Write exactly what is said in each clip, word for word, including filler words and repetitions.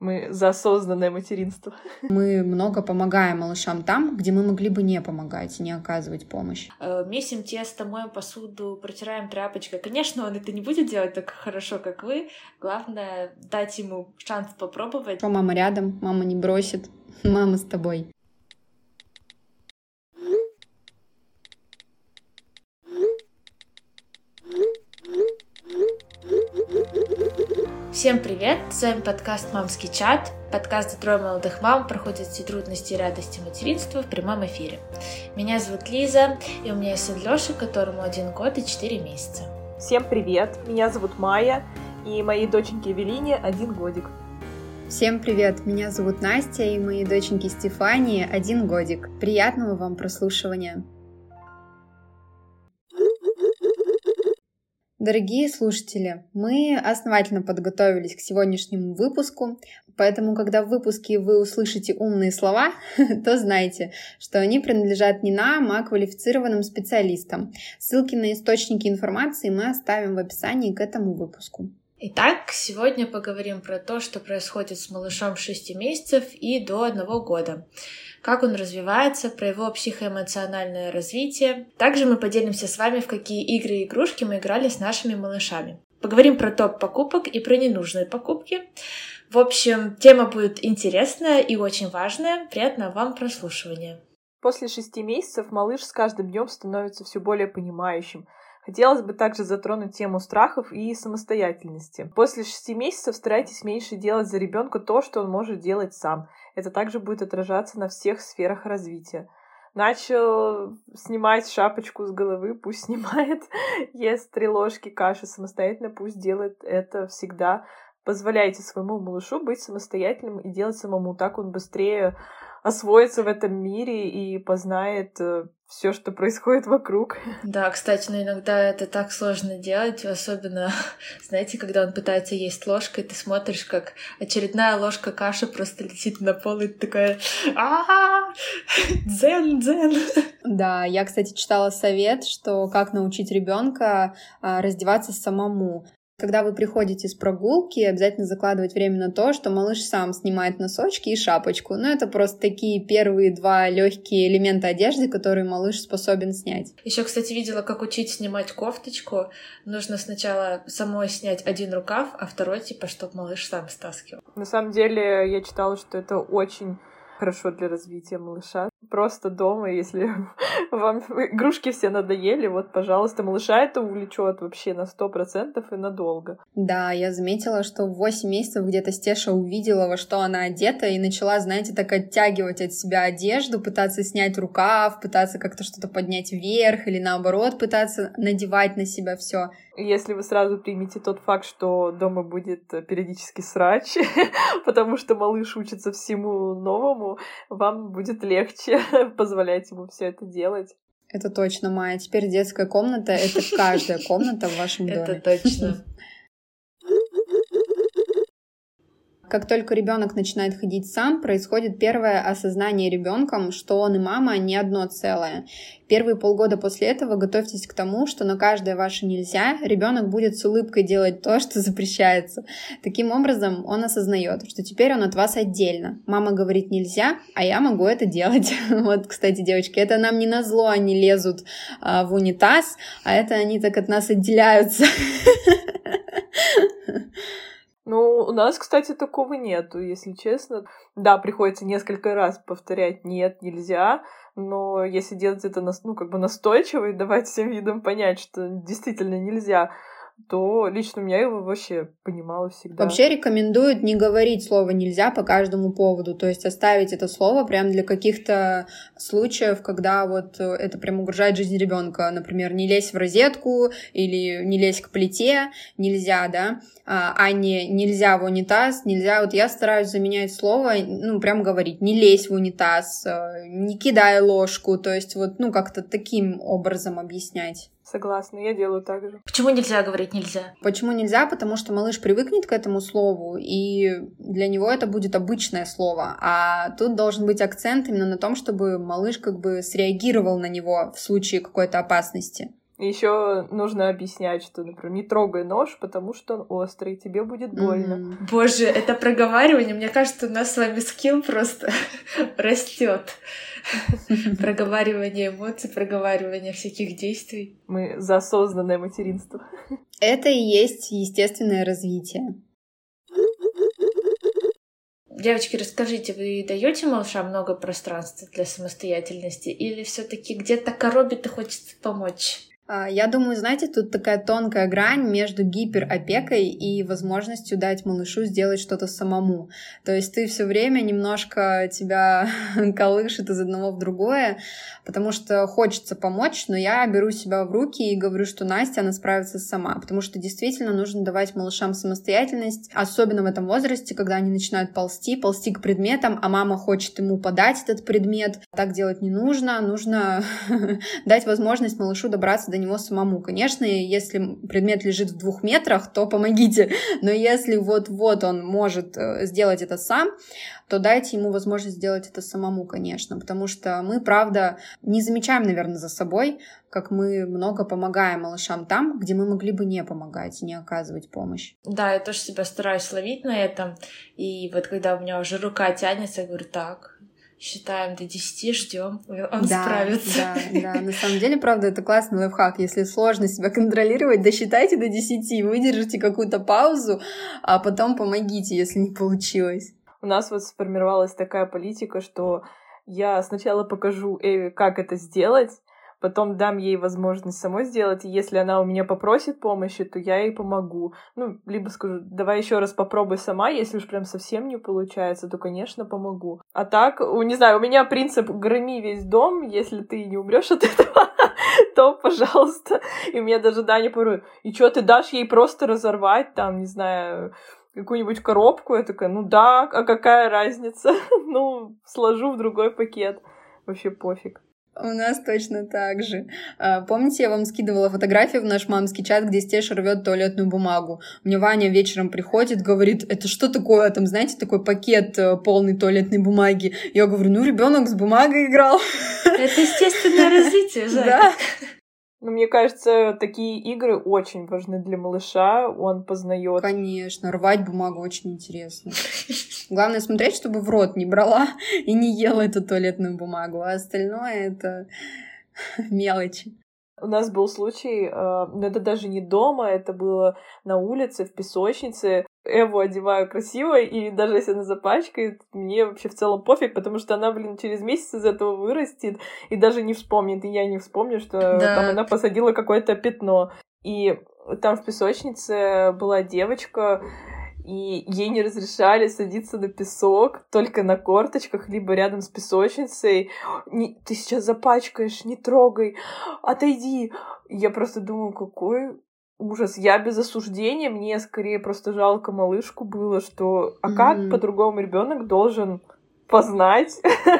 Мы за осознанное материнство. Мы много помогаем малышам там, где мы могли бы не помогать и не оказывать помощь. Месим тесто, моем посуду, протираем тряпочкой. Конечно, он это не будет делать так хорошо, как вы. Главное, дать ему шанс попробовать. Что мама рядом, мама не бросит, мама с тобой. Всем привет! С вами подкаст «Мамский чат». Подкаст, где трое молодых мам проходят все трудности и радости материнства в прямом эфире. Меня зовут Лиза, и у меня есть сын Лёша, которому один год и четыре месяца. Всем привет! Меня зовут Майя, и моей доченьке Эвелине один годик. Всем привет! Меня зовут Настя, и моей доченьке Стефании один годик. Приятного вам прослушивания! Дорогие слушатели, мы основательно подготовились к сегодняшнему выпуску, поэтому, когда в выпуске вы услышите умные слова, то знайте, что они принадлежат не нам, а квалифицированным специалистам. Ссылки на источники информации мы оставим в описании к этому выпуску. Итак, сегодня поговорим про то, что происходит с малышом шести месяцев и до одного года. Как он развивается, про его психоэмоциональное развитие. Также мы поделимся с вами, в какие игры и игрушки мы играли с нашими малышами. Поговорим про топ покупок и про ненужные покупки. В общем, тема будет интересная и очень важная. Приятного вам прослушивания. После шести месяцев малыш с каждым днем становится все более понимающим. Хотелось бы также затронуть тему страхов и самостоятельности. После шести месяцев старайтесь меньше делать за ребенка то, что он может делать сам. Это также будет отражаться на всех сферах развития. Начал снимать шапочку с головы, пусть снимает. Ест три ложки каши самостоятельно, пусть делает это всегда. Позволяйте своему малышу быть самостоятельным и делать самому. Так он быстрее освоится в этом мире и познает все, что происходит вокруг. Да, кстати, но иногда это так сложно делать, особенно, знаете, когда он пытается есть ложкой, ты смотришь, как очередная ложка каши просто летит на пол, и ты такая а дзен, дзен. Да, я, кстати, читала совет, что как научить ребенка раздеваться самому. Когда вы приходите с прогулки, обязательно закладывать время на то, что малыш сам снимает носочки и шапочку. Ну, это просто такие первые два легкие элемента одежды, которые малыш способен снять. Еще, кстати, видела, как учить снимать кофточку. Нужно сначала самой снять один рукав, а второй, типа, чтобы малыш сам стаскивал. На самом деле, я читала, что это очень хорошо для развития малыша. Просто дома, если вам игрушки все надоели, вот, пожалуйста, малыша это увлечет вообще на сто процентов и надолго. Да, я заметила, что в восемь месяцев где-то Стеша увидела, во что она одета, и начала, знаете, так оттягивать от себя одежду, пытаться снять рукав, пытаться как-то что-то поднять вверх или наоборот пытаться надевать на себя все. Если вы сразу примете тот факт, что дома будет периодически срач, потому что малыш учится всему новому, вам будет легче позволять ему все это делать. Это точно, Майя. Теперь детская комната — это каждая комната в вашем доме. Это точно. Как только ребенок начинает ходить сам, происходит первое осознание ребенком, что он и мама не одно целое. Первые полгода после этого готовьтесь к тому, что на каждое ваше «нельзя» ребенок будет с улыбкой делать то, что запрещается. Таким образом, он осознает, что теперь он от вас отдельно. Мама говорит «нельзя», а я могу это делать. Вот, кстати, девочки, это нам не назло, они лезут а, в унитаз, а это они так от нас отделяются. Ну, у нас, кстати, такого нету, если честно. Да, приходится несколько раз повторять «нет, нельзя», но если делать это, ну, как бы настойчиво и давать всем видам понять, что действительно нельзя, то лично у меня его вообще понимала всегда. Вообще рекомендуют не говорить слово «нельзя» по каждому поводу, то есть оставить это слово прям для каких-то случаев, когда вот это прям угрожает жизни ребенка. Например, не лезь в розетку или не лезь к плите, нельзя, да, а не нельзя в унитаз, нельзя. Вот я стараюсь заменять слово, ну, прям говорить «не лезь в унитаз», «не кидай ложку», то есть вот, ну, как-то таким образом объяснять. Согласна, я делаю так же. Почему нельзя говорить «нельзя»? Почему нельзя? Потому что малыш привыкнет к этому слову, и для него это будет обычное слово. А тут должен быть акцент именно на том, чтобы малыш как бы среагировал на него в случае какой-то опасности. Еще нужно объяснять, что, например, не трогай нож, потому что он острый, тебе будет больно. Mm-hmm. Боже, это проговаривание, мне кажется, у нас с вами скилл просто растет. Проговаривание эмоций, проговаривание всяких действий. Мы за осознанное материнство. Это и есть естественное развитие. Девочки, расскажите, вы даете малышам много пространства для самостоятельности или все-таки где-то коробит и хочется помочь? Я думаю, знаете, тут такая тонкая грань между гиперопекой и возможностью дать малышу сделать что-то самому. То есть ты все время немножко тебя колышет из одного в другое, потому что хочется помочь, но я беру себя в руки и говорю, что Настя, она справится сама, потому что действительно нужно давать малышам самостоятельность, особенно в этом возрасте, когда они начинают ползти, ползти к предметам, а мама хочет ему подать этот предмет. Так делать не нужно, нужно дать возможность малышу добраться до него самому. Конечно, если предмет лежит в двух метрах, то помогите. Но если вот-вот он может сделать это сам, то дайте ему возможность сделать это самому, конечно. Потому что мы, правда, не замечаем, наверное, за собой, как мы много помогаем малышам там, где мы могли бы не помогать и не оказывать помощь. Да, я тоже себя стараюсь ловить на этом. И вот когда у меня уже рука тянется, я говорю, так... Считаем до десяти, ждем, он да, справится. Да, да, на самом деле, правда, это классный лайфхак. Если сложно себя контролировать, досчитайте до десяти, выдержите какую-то паузу, а потом помогите, если не получилось. У нас вот сформировалась такая политика, что я сначала покажу Эве, как это сделать, потом дам ей возможность самой сделать, и если она у меня попросит помощи, то я ей помогу. Ну, либо скажу, давай еще раз попробуй сама, если уж прям совсем не получается, то, конечно, помогу. А так, не знаю, у меня принцип «громи весь дом», если ты не умрешь от этого, то, пожалуйста. И у меня даже Даня порой, и что, ты дашь ей просто разорвать, там, не знаю, какую-нибудь коробку? Я такая, ну да, а какая разница? Ну, сложу в другой пакет. Вообще пофиг. У нас точно так же. Помните, я вам скидывала фотографию в наш мамский чат, где Стеша рвет туалетную бумагу? Мне Ваня вечером приходит, говорит, это что такое? Там, знаете, такой пакет полный туалетной бумаги. Я говорю, ну, ребенок с бумагой играл. Это естественное развитие, Жак. Да. Ну, мне кажется, такие игры очень важны для малыша, он познает. Конечно, рвать бумагу очень интересно. Главное смотреть, чтобы в рот не брала и не ела эту туалетную бумагу, а остальное — это мелочи. У нас был случай, но это даже не дома, это было на улице, в песочнице. Эву одеваю красиво, и даже если она запачкает, мне вообще в целом пофиг, потому что она, блин, через месяц из этого вырастет и даже не вспомнит, и я не вспомню, что да. Там она посадила какое-то пятно. И там в песочнице была девочка, и ей не разрешали садиться на песок, только на корточках, либо рядом с песочницей. Не, ты сейчас запачкаешь, не трогай, отойди. Я просто думаю, какой ужас. Я без осуждения, мне скорее просто жалко малышку было, что... А mm-hmm. как по-другому ребенок должен познать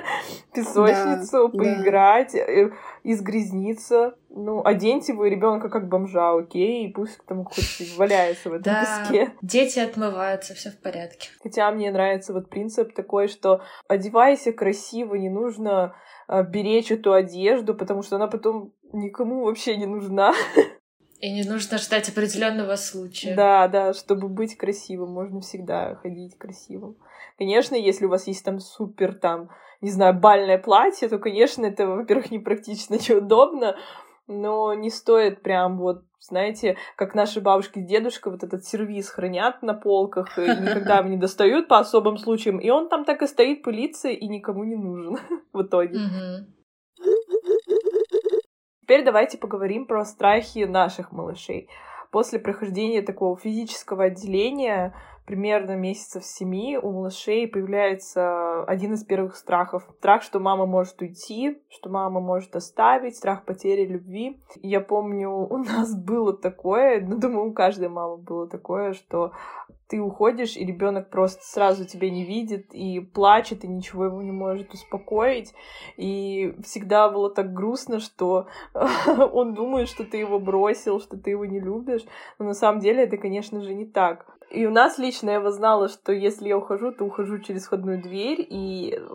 песочницу, да, поиграть, да. изгрязниться? Ну, оденьте вы ребенка как бомжа, окей, и пусть там хоть валяется в этом да, песке. Дети отмываются, все в порядке. Хотя мне нравится вот принцип такой, что одевайся красиво, не нужно а, беречь эту одежду, потому что она потом никому вообще не нужна. И не нужно ждать определенного случая. Да, да, чтобы быть красивым, можно всегда ходить красивым. Конечно, если у вас есть там супер, там, не знаю, бальное платье, то, конечно, это, во-первых, непрактично, неудобно, но не стоит прям вот, знаете, как наши бабушки и дедушка вот этот сервиз хранят на полках и никогда его не достают по особым случаям, и он там так и стоит, пылится и никому не нужен в итоге. Теперь давайте поговорим про страхи наших малышей. После прохождения такого физического отделения, примерно месяцев семи, у малышей появляется один из первых страхов. Страх, что мама может уйти, что мама может оставить, страх потери любви. И я помню, у нас было такое, ну, думаю, у каждой мамы было такое, что ты уходишь, и ребенок просто сразу тебя не видит и плачет, и ничего его не может успокоить. И всегда было так грустно, что он думает, что ты его бросил, что ты его не любишь. Но на самом деле это, конечно же, не так. И у нас лично Эва знала, что если я ухожу, то ухожу через входную дверь, и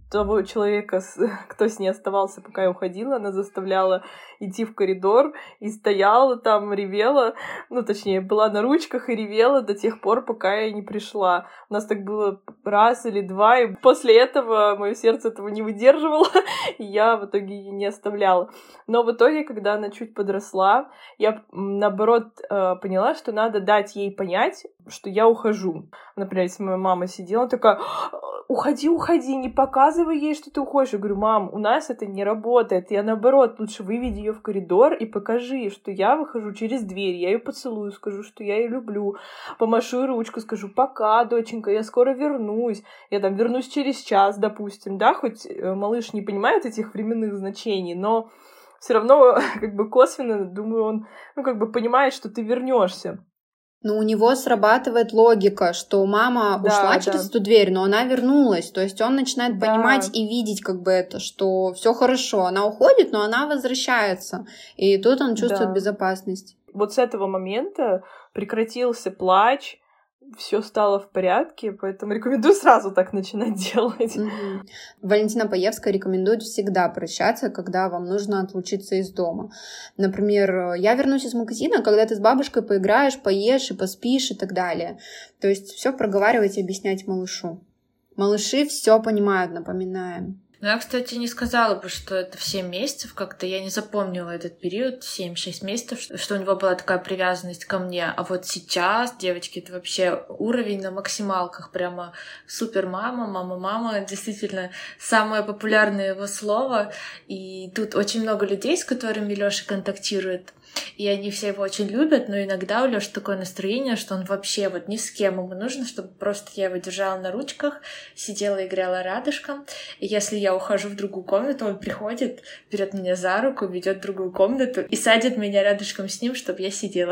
того человека, кто с ней оставался, пока я уходила, она заставляла идти в коридор и стояла там, ревела, ну, точнее, была на ручках и ревела до тех пор, пока я не пришла. У нас так было раз или два, и после этого мое сердце этого не выдерживало, и я в итоге ее не оставляла. Но в итоге, когда она чуть подросла, я, наоборот, поняла, что надо дать ей понять, что я ухожу. Например, если моя мама сидела, она такая: уходи, уходи, не показывай ей, что ты уходишь. Я говорю: мам, у нас это не работает. Я, наоборот, лучше выведи ее в коридор и покажи, что я выхожу через дверь, я ее поцелую, скажу, что я ее люблю, помашу ей ручку, скажу: пока, доченька, я скоро вернусь. Я там вернусь через час, допустим, да, хоть малыш не понимает этих временных значений, но все равно, как бы косвенно, думаю, он, ну, как бы понимает, что ты вернешься. Но у него срабатывает логика, что мама Да, ушла да. через эту дверь, но она вернулась. То есть он начинает Да. понимать и видеть как бы это, что все хорошо. Она уходит, но она возвращается. И тут он чувствует Да. безопасность. Вот с этого момента прекратился плач, все стало в порядке, поэтому рекомендую сразу так начинать делать. Мгм. Валентина Паевская рекомендует всегда прощаться, когда вам нужно отлучиться из дома. Например, я вернусь из магазина, когда ты с бабушкой поиграешь, поешь и поспишь и так далее. То есть все проговаривать и объяснять малышу. Малыши все понимают, напоминаем. Ну, я, кстати, не сказала бы, что это в семь месяцев. Как-то я не запомнила этот период, семь-шесть месяцев, что у него была такая привязанность ко мне. А вот сейчас, девочки, это вообще уровень на максималках. Прямо супер мама, мама-мама. Действительно, самое популярное его слово. И тут очень много людей, с которыми Лёша контактирует. И они все его очень любят, но иногда у Лёши такое настроение, что он вообще вот ни с кем. Ему нужно, чтобы просто я его держала на ручках, сидела и играла рядышком. И если я ухожу в другую комнату, он приходит, берет меня за руку, ведет в другую комнату и садит меня рядышком с ним, чтобы я сидела.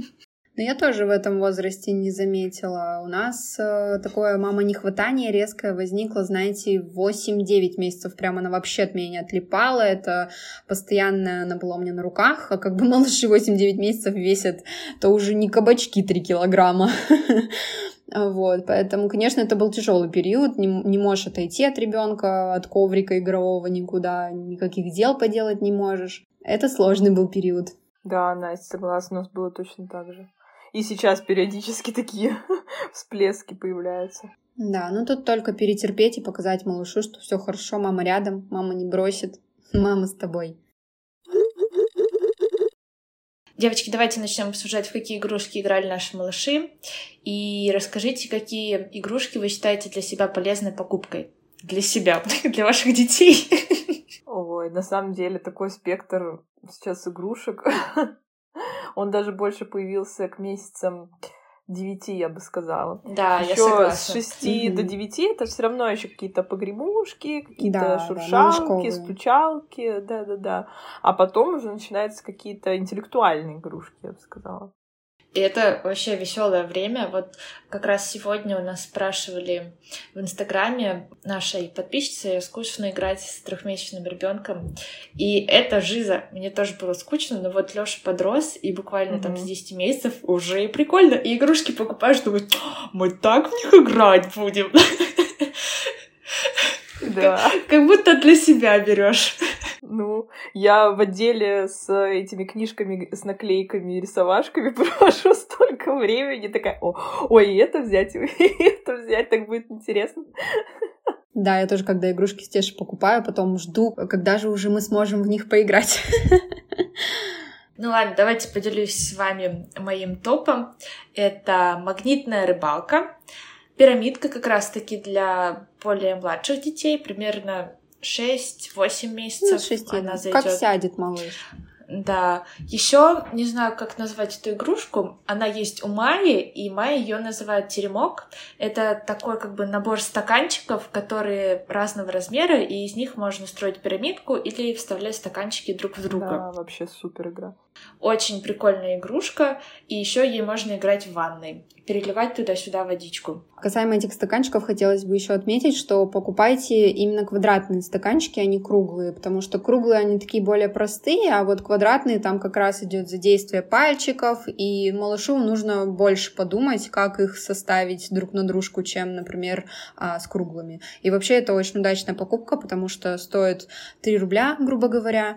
Но я тоже в этом возрасте не заметила. У нас э, такое мама-нехватание резкое возникло, знаете, в восемь-девять месяцев. Прямо она вообще от меня не отлипала. Это постоянно она была у меня на руках. А как бы малыши восемь-девять месяцев весят, то уже не кабачки три килограмма. Вот, поэтому, конечно, это был тяжелый период. Не, не можешь отойти от ребенка, от коврика игрового никуда, никаких дел поделать не можешь. Это сложный был период. Да, Настя, согласна, у нас было точно так же. И сейчас периодически такие всплески появляются. Да, ну тут только перетерпеть и показать малышу, что все хорошо, мама рядом, мама не бросит, мама с тобой. Девочки, давайте начнем обсуждать, в какие игрушки играли наши малыши. И расскажите, какие игрушки вы считаете для себя полезной покупкой. Для себя, для ваших детей. Ой, на самом деле такой спектр сейчас игрушек. Он даже больше появился к месяцам девяти, я бы сказала. Да, Ещё я согласна. с шести Мгм. до девяти это все равно еще какие-то погремушки, какие-то Да, да, шуршалки, малышковые. стучалки, да-да-да. А потом уже начинаются какие-то интеллектуальные игрушки, я бы сказала. И это вообще веселое время. Вот как раз сегодня у нас спрашивали в Инстаграме нашей подписчицы, скучно играть с трехмесячным ребенком. И это жиза. Мне тоже было скучно, но вот Лёша подрос, и буквально Мгм. там с десяти месяцев уже и прикольно. И игрушки покупаешь, думаешь: мы так в них играть будем. Да. Как будто для себя берешь. Ну, я в отделе с этими книжками, с наклейками и рисовашками провожу столько времени, такая: О, ой, и это взять, и это взять, так будет интересно. Да, я тоже, когда игрушки Стеши покупаю, потом жду, когда же уже мы сможем в них поиграть. Ну ладно, давайте поделюсь с вами моим топом. Это магнитная рыбалка. Пирамидка как раз-таки для более младших детей, примерно шесть-восемь месяцев. Ну, шести, она да. зайдет. Как сядет малыш. Да. Еще не знаю, как назвать эту игрушку. Она есть у Майи, и Майя ее называет теремок. Это такой как бы набор стаканчиков, которые разного размера, и из них можно строить пирамидку или вставлять стаканчики друг в друга. Да, вообще супер игра. Очень прикольная игрушка, и еще ей можно играть в ванной, переливать туда-сюда водичку. Касаемо этих стаканчиков, хотелось бы еще отметить, что покупайте именно квадратные стаканчики, а не круглые, потому что круглые, они такие более простые, а вот квадратные, там как раз идет задействие пальчиков, и малышу нужно больше подумать, как их составить друг на дружку, чем, например, с круглыми. И вообще это очень удачная покупка, потому что стоит три рубля, грубо говоря,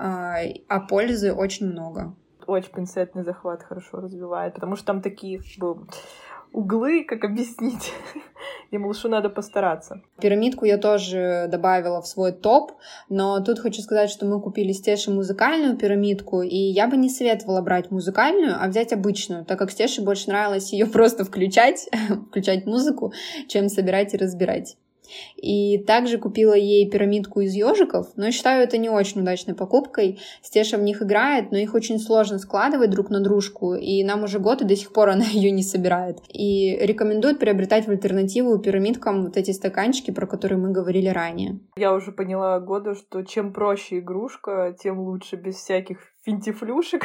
а пользы очень много. Очень пинцетный захват хорошо развивает, потому что там такие углы, как объяснить, и малышу надо постараться. Пирамидку я тоже добавила в свой топ, но тут хочу сказать, что мы купили Стеше музыкальную пирамидку, и я бы не советовала брать музыкальную, а взять обычную, так как Стеше больше нравилось ее просто включать, включать музыку, чем собирать и разбирать. И также купила ей пирамидку из ежиков, но считаю это не очень удачной покупкой. Стеша в них играет, но их очень сложно складывать друг на дружку, и нам уже год, и до сих пор она ее не собирает. И рекомендуют приобретать в альтернативу пирамидкам вот эти стаканчики, про которые мы говорили ранее. Я уже поняла года, что чем проще игрушка, тем лучше, без всяких финтифлюшек,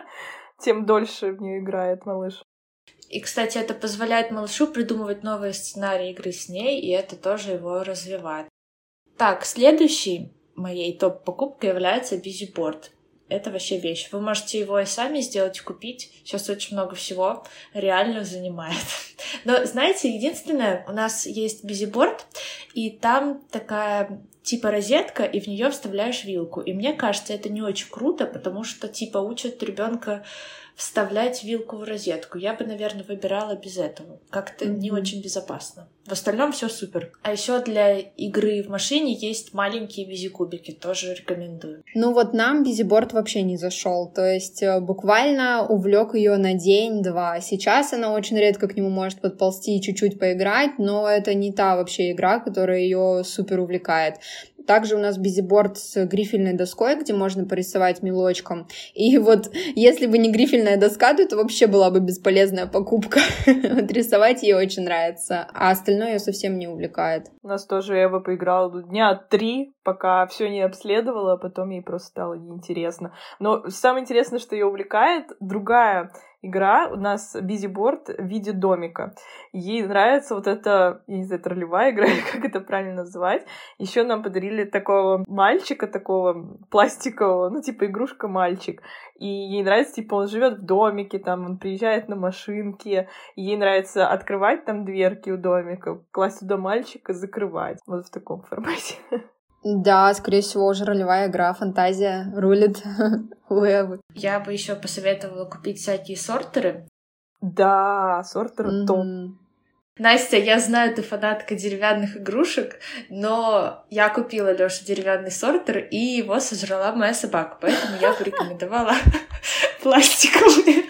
тем дольше в нее играет малыш. И, кстати, это позволяет малышу придумывать новые сценарии игры с ней, и это тоже его развивает. Так, следующей моей топ-покупкой является бизиборд. Это вообще вещь. Вы можете его и сами сделать, купить. Сейчас очень много всего реально занимает. Но, знаете, единственное, у нас есть бизиборд, и там такая типа розетка, и в нее вставляешь вилку. И мне кажется, это не очень круто, потому что типа учат ребенка вставлять вилку в розетку. Я бы, наверное, выбирала без этого. Как-то mm-hmm. не очень безопасно. В остальном все супер. А еще для игры в машине есть маленькие бизикубики. Тоже рекомендую. Ну вот нам бизиборд вообще не зашел. То есть буквально увлек ее на день-два. Сейчас она очень редко к нему может подползти и чуть-чуть поиграть, но это не та вообще игра, которая ее супер увлекает. Также у нас бизиборд с грифельной доской, где можно порисовать мелочком. И вот если бы не грифельная доска, то это вообще была бы бесполезная покупка. Вот рисовать ей очень нравится, а остальное ее совсем не увлекает. У нас тоже Эва поиграла дня три, пока все не обследовала, а потом ей просто стало неинтересно. Но самое интересное, что ее увлекает, другая игра, у нас бизиборд в виде домика. Ей нравится вот эта, я не знаю, это ролевая игра, как это правильно называть. Еще нам подарили такого мальчика, такого пластикового, ну, типа игрушка-мальчик. И ей нравится, типа, он живет в домике, там, он приезжает на машинке, и ей нравится открывать там дверки у домика, класть туда мальчика, закрывать. Вот в таком формате. Да, скорее всего, уже ролевая игра, фантазия рулит у Эвы. Я бы еще посоветовала купить всякие сортеры. Да, сортеры mm-hmm. топ. Настя, я знаю, ты фанатка деревянных игрушек, но я купила Лёше деревянный сортер, и его сожрала моя собака, поэтому я бы рекомендовала пластиковые.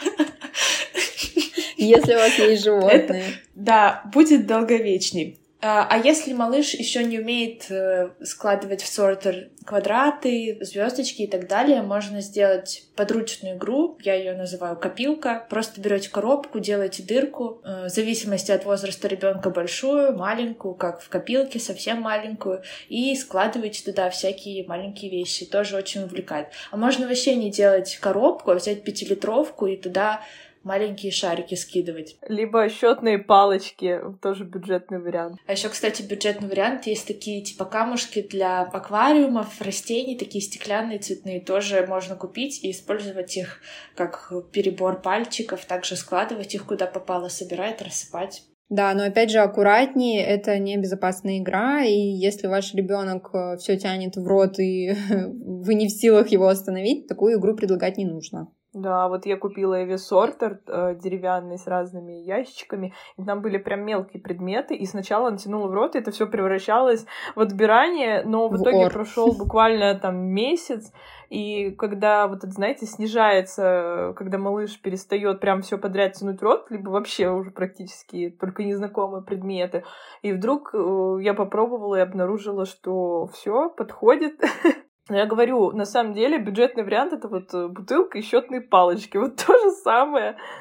Если у вас есть животные. Да, будет долговечней. А если малыш еще не умеет складывать в сортер квадраты, звездочки и так далее, можно сделать подручную игру, я ее называю копилка. Просто берете коробку, делаете дырку, в зависимости от возраста ребенка большую, маленькую, как в копилке, совсем маленькую, и складываете туда всякие маленькие вещи. Тоже очень увлекает. А можно вообще не делать коробку, а взять пятилитровку и туда маленькие шарики скидывать. Либо счетные палочки, тоже бюджетный вариант. А еще, кстати, бюджетный вариант, есть такие типа камушки для аквариумов, растений, такие стеклянные, цветные, тоже можно купить и использовать их как перебор пальчиков, также складывать их куда попало, собирать, рассыпать. Да, но опять же аккуратнее, это не безопасная игра, и если ваш ребенок все тянет в рот и вы не в силах его остановить, такую игру предлагать не нужно. Да, вот я купила Эве сортер э, деревянный с разными ящичками, и там были прям мелкие предметы, и сначала он тянул в рот, и это все превращалось в отбирание, но в, в итоге ор. прошел буквально там месяц, и когда вот это, знаете, снижается, когда малыш перестает прям все подряд тянуть в рот, либо вообще уже практически только незнакомые предметы, и вдруг э, я попробовала и обнаружила, что все подходит. Но я говорю, на самом деле бюджетный вариант — это вот бутылка и счетные палочки. Вот то же самое.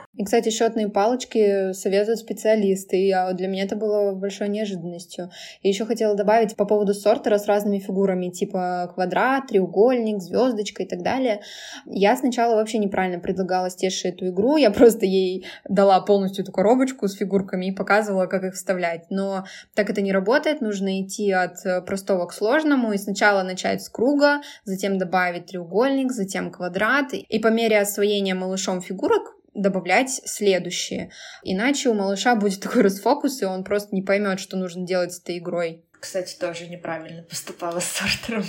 И, кстати, счетные палочки советуют специалисты, и для меня это было большой неожиданностью. И еще хотела добавить по поводу сортера с разными фигурами, типа квадрат, треугольник, звездочка и так далее. Я сначала вообще неправильно предлагала Стеше эту игру, я просто ей дала полностью эту коробочку с фигурками и показывала, как их вставлять. Но так это не работает, нужно идти от простого к сложному, и сначала начать с круга, затем добавить треугольник, затем квадрат, и по мере освоения малышом фигурок добавлять следующие. Иначе у малыша будет такой расфокус, и он просто не поймет, что нужно делать с этой игрой. Кстати, тоже неправильно поступала с сортером.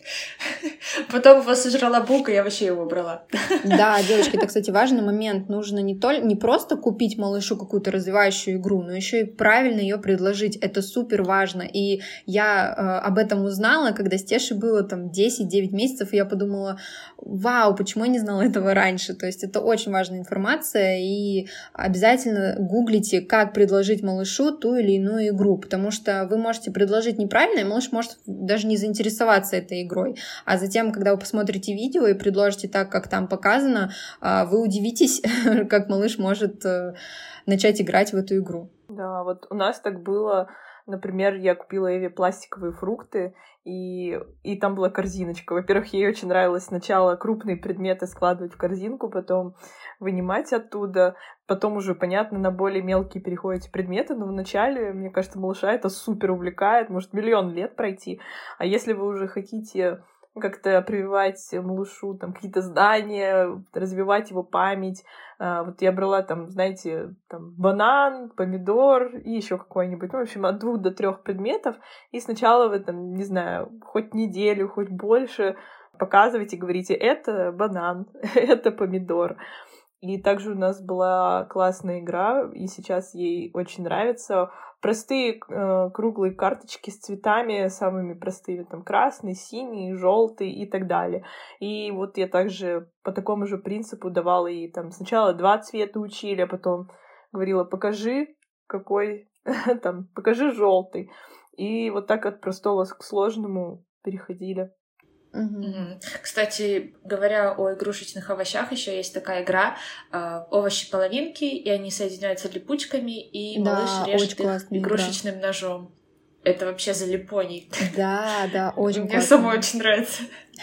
Потом его сожрала булка, я вообще его убрала. Да, девочки, это, кстати, важный момент. Нужно не, только, не просто купить малышу какую-то развивающую игру, но еще и правильно ее предложить. Это супер важно. И я э, об этом узнала, когда Стеше было там десять-девять месяцев, и я подумала, вау, почему я не знала этого раньше? То есть это очень важная информация, и обязательно гуглите, как предложить малышу ту или иную игру, потому что вы можете предложить неправильно, и малыш может даже не заинтересоваться этой игрой. А затем, когда вы посмотрите видео и предложите так, как там показано, вы удивитесь, как малыш может начать играть в эту игру. Да, вот у нас так было. Например, я купила Эве пластиковые фрукты, и, и там была корзиночка. Во-первых, ей очень нравилось сначала крупные предметы складывать в корзинку, потом вынимать оттуда, потом уже, понятно, на более мелкие переходите предметы, но вначале, мне кажется, малыша это супер увлекает, может миллион лет пройти. А если вы уже хотите как-то прививать малышу там какие-то знания, развивать его память. Вот я брала там, знаете, там банан, помидор и еще какой-нибудь, ну, в общем, от двух до трех предметов. И сначала вы там, не знаю, хоть неделю, хоть больше показывайте, говорите, это банан, это помидор. И также у нас была классная игра, и сейчас ей очень нравится. Простые э, круглые карточки с цветами, самыми простыми, там красный, синий, желтый и так далее. И вот я также по такому же принципу давала ей там сначала два цвета учили, а потом говорила, покажи какой, там, покажи желтый. И вот так от простого к сложному переходили. Mm-hmm. Кстати, говоря о игрушечных овощах, еще есть такая игра э, овощи-половинки, и они соединяются липучками, и да, малыш режет их игрушечным игра. ножом. Это вообще залипоний. Да, да, очень Мне классно. самой очень нравится.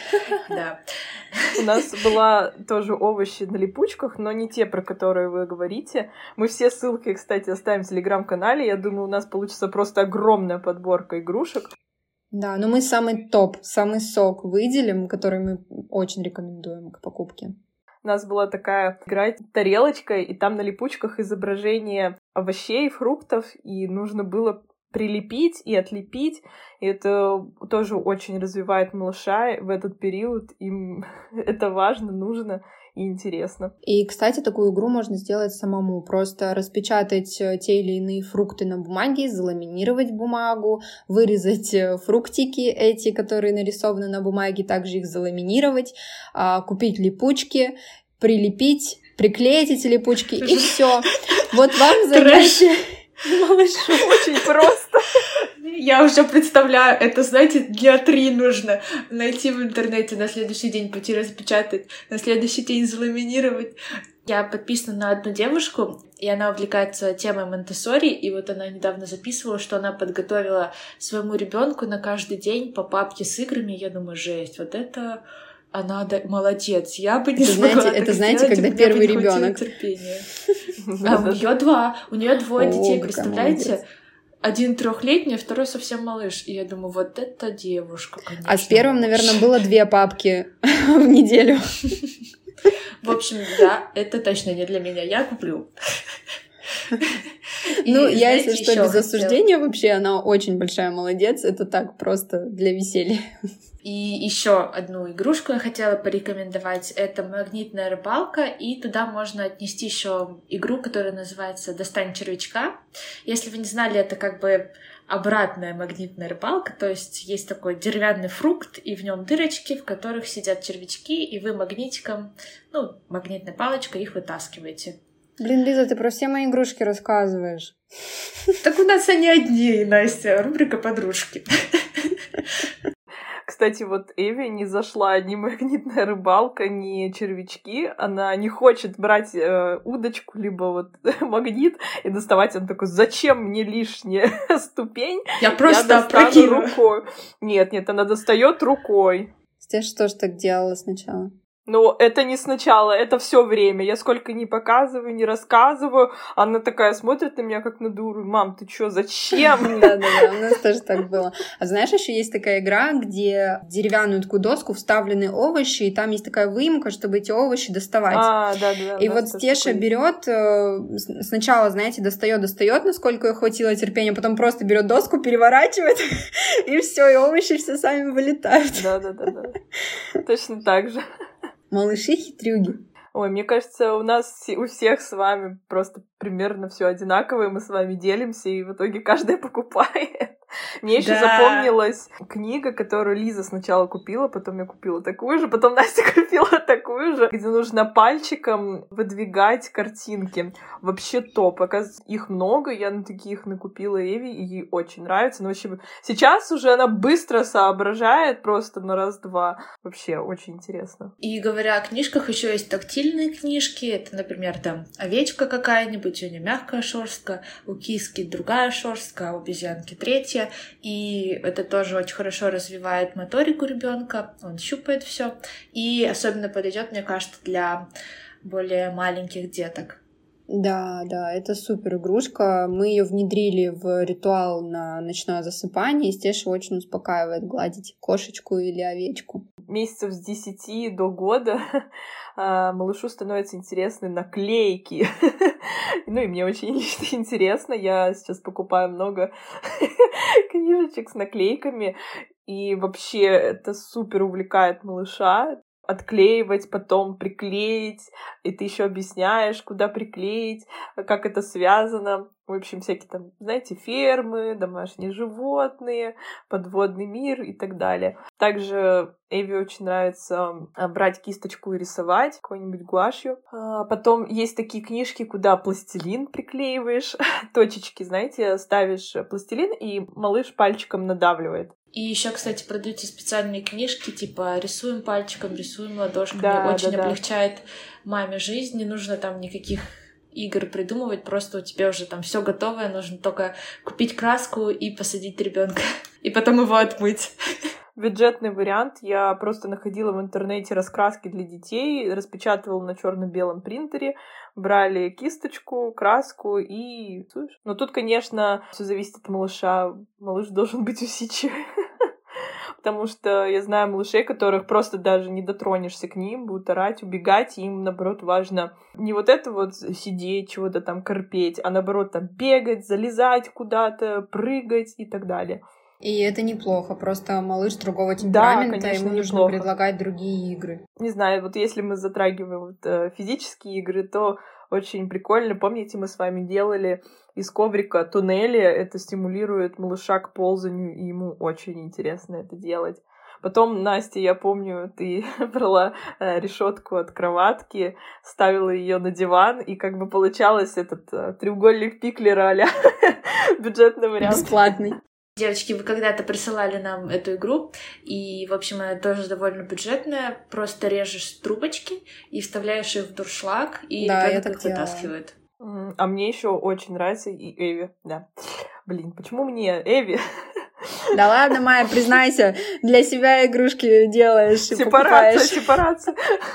Да. У нас была тоже овощи на липучках, но не те, про которые вы говорите. Мы все ссылки, кстати, оставим в телеграм-канале. Я думаю, у нас получится просто огромная подборка игрушек. Да, но мы самый топ, самый сок выделим, который мы очень рекомендуем к покупке. У нас была такая игра тарелочкой, и там на липучках изображение овощей, фруктов, и нужно было прилепить и отлепить. И это тоже очень развивает малыша в этот период. Им это важно, нужно и интересно. И, кстати, такую игру можно сделать самому. Просто распечатать те или иные фрукты на бумаге, заламинировать бумагу, вырезать фруктики эти, которые нарисованы на бумаге, также их заламинировать, купить липучки, прилепить, приклеить эти липучки, и все. Вот вам задача. Малышу очень просто. Я уже представляю, это, знаете, для три нужно найти в интернете, на следующий день пойти распечатать, на следующий день заламинировать. Я подписана на одну девушку, и она увлекается темой Монтессори, и вот она недавно записывала, что она подготовила своему ребенку на каждый день по папке с играми. Я думаю, жесть, вот это... Она да, молодец, я бы не это, смогла знаете, так это, знаете, сделать, когда первый ребенок. А у нее два, у нее двое О, детей, представляете? Один трехлетний, а второй совсем малыш. И я думаю, вот это девушка, конечно. А с первым, наверное, было две папки в неделю. В общем, да, это точно не для меня. Я куплю. Ну, я, если что, без осуждения, вообще она очень большая молодец. Это так, просто для веселья. И еще одну игрушку я хотела порекомендовать. Это магнитная рыбалка, и туда можно отнести еще игру, которая называется «Достань червячка». Если вы не знали, это как бы обратная магнитная рыбалка, то есть есть такой деревянный фрукт, и в нем дырочки, в которых сидят червячки, и вы магнитиком, ну, магнитной палочкой их вытаскиваете. Блин, Лиза, ты про все мои игрушки рассказываешь. Так у нас они одни, Настя, рубрика «Подружки». Кстати, вот Эви не зашла ни магнитная рыбалка, ни червячки. Она не хочет брать э, удочку, либо вот магнит и доставать. Он такой, зачем мне лишняя ступень? Я просто опрокину рукой. Нет, нет, она достает рукой. Стеша тоже так делала сначала. Но это не сначала, это все время. Я сколько не показываю, не рассказываю, она такая смотрит на меня, как на дуру. Мам, ты чё, зачем? Да-да-да, у нас тоже так было. А знаешь, еще есть такая игра, где в деревянную такую доску вставлены овощи, и там есть такая выемка, чтобы эти овощи доставать. А, да-да. И вот Стеша берет, сначала, знаете, достает, достает, насколько ей хватило терпения, потом просто берет доску, переворачивает, и все, и овощи все сами вылетают. Да-да-да. Точно так же. Малыши-хитрюги. Ой, мне кажется, у нас у всех с вами просто примерно все одинаковое, мы с вами делимся, и в итоге каждая покупает. Мне еще да. запомнилась книга, которую Лиза сначала купила, потом я купила такую же, потом Настя купила такую же, где нужно пальчиком выдвигать картинки. Вообще топ. Оказывается, их много, я на таких накупила Эви, и ей очень нравится. Но вообще сейчас уже она быстро соображает просто на раз-два. Вообще очень интересно. И говоря о книжках, еще есть тактильные книжки. Это, например, там овечка какая-нибудь, у нее мягкая шерстка, у киски другая шерстка, а у обезьянки третья. И это тоже очень хорошо развивает моторику ребенка, он щупает все. И особенно подойдет, мне кажется, для более маленьких деток. Да, да, это супер игрушка. Мы ее внедрили в ритуал на ночное засыпание, и Стеша очень успокаивает гладить кошечку или овечку. Месяцев с десяти до года малышу становятся интересны наклейки. Ну и мне очень интересно. Я сейчас покупаю много книжечек с наклейками. И вообще это супер увлекает малыша. Отклеивать, потом приклеить, и ты еще объясняешь, куда приклеить, как это связано. В общем, всякие там, знаете, фермы, домашние животные, подводный мир и так далее. Также Эви очень нравится брать кисточку и рисовать какой-нибудь гуашью. А потом есть такие книжки, куда пластилин приклеиваешь, точечки, знаете, ставишь пластилин, и малыш пальчиком надавливает. И еще, кстати, продаются специальные книжки, типа рисуем пальчиком, рисуем ладошками. Да, очень да, облегчает да. маме жизнь, не нужно там никаких игр придумывать, просто у тебя уже там все готовое, нужно только купить краску и посадить ребенка, и потом его отмыть. Бюджетный вариант. Я просто находила в интернете раскраски для детей, распечатывала на черно-белом принтере, брали кисточку, краску и... Но тут, конечно, все зависит от малыша. Малыш должен быть усидчивый. Потому что я знаю малышей, которых просто даже не дотронешься к ним, будут орать, убегать, и им, наоборот, важно не вот это вот сидеть, чего-то там корпеть, а, наоборот, там бегать, залезать куда-то, прыгать и так далее. И это неплохо, просто малыш другого темперамента, да, конечно, ему нужно неплохо. предлагать другие игры. Не знаю, вот если мы затрагиваем вот, э, физические игры, то очень прикольно. Помните, мы с вами делали из коврика туннели, это стимулирует малыша к ползанию, и ему очень интересно это делать. Потом, Настя, я помню, ты брала э, решетку от кроватки, ставила ее на диван, и как бы получалось этот э, треугольник Пиклера а-ля бюджетный вариант. Бесплатный. Девочки, вы когда-то присылали нам эту игру, и, в общем, она тоже довольно бюджетная. Просто режешь трубочки и вставляешь их в дуршлаг, и да, ребенок их вытаскивает. А мне еще очень нравится и Эви, да. Блин, почему мне Эви? Да ладно, Майя, признайся, для себя игрушки делаешь и покупаешь. Сепарация, сепарация.